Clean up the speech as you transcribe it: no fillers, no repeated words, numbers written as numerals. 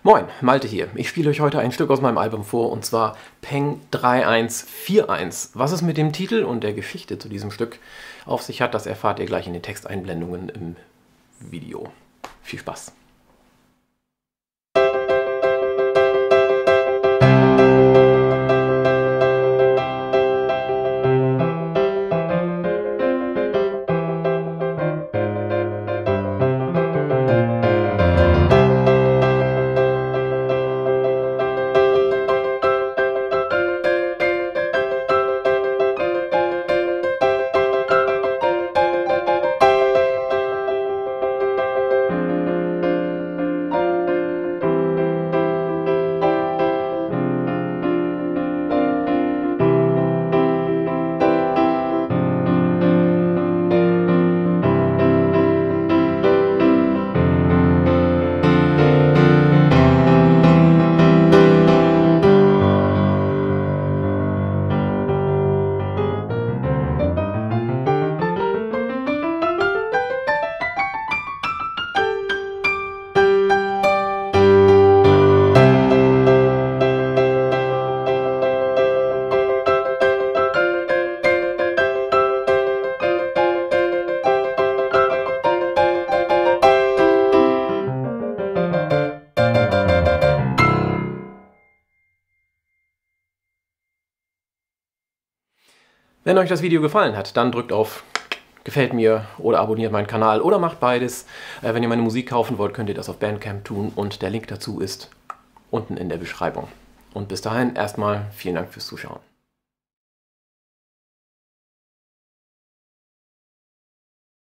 Moin, Malte hier. Ich spiele euch heute ein Stück aus meinem Album vor, und zwar Peng 3141. Was es mit dem Titel und der Geschichte zu diesem Stück auf sich hat, das erfahrt ihr gleich in den Texteinblendungen im Video. Viel Spaß! Wenn euch das Video gefallen hat, dann drückt auf Gefällt mir oder abonniert meinen Kanal oder macht beides. Wenn ihr meine Musik kaufen wollt, könnt ihr das auf Bandcamp tun und der Link dazu ist unten in der Beschreibung. Und bis dahin erstmal vielen Dank fürs Zuschauen.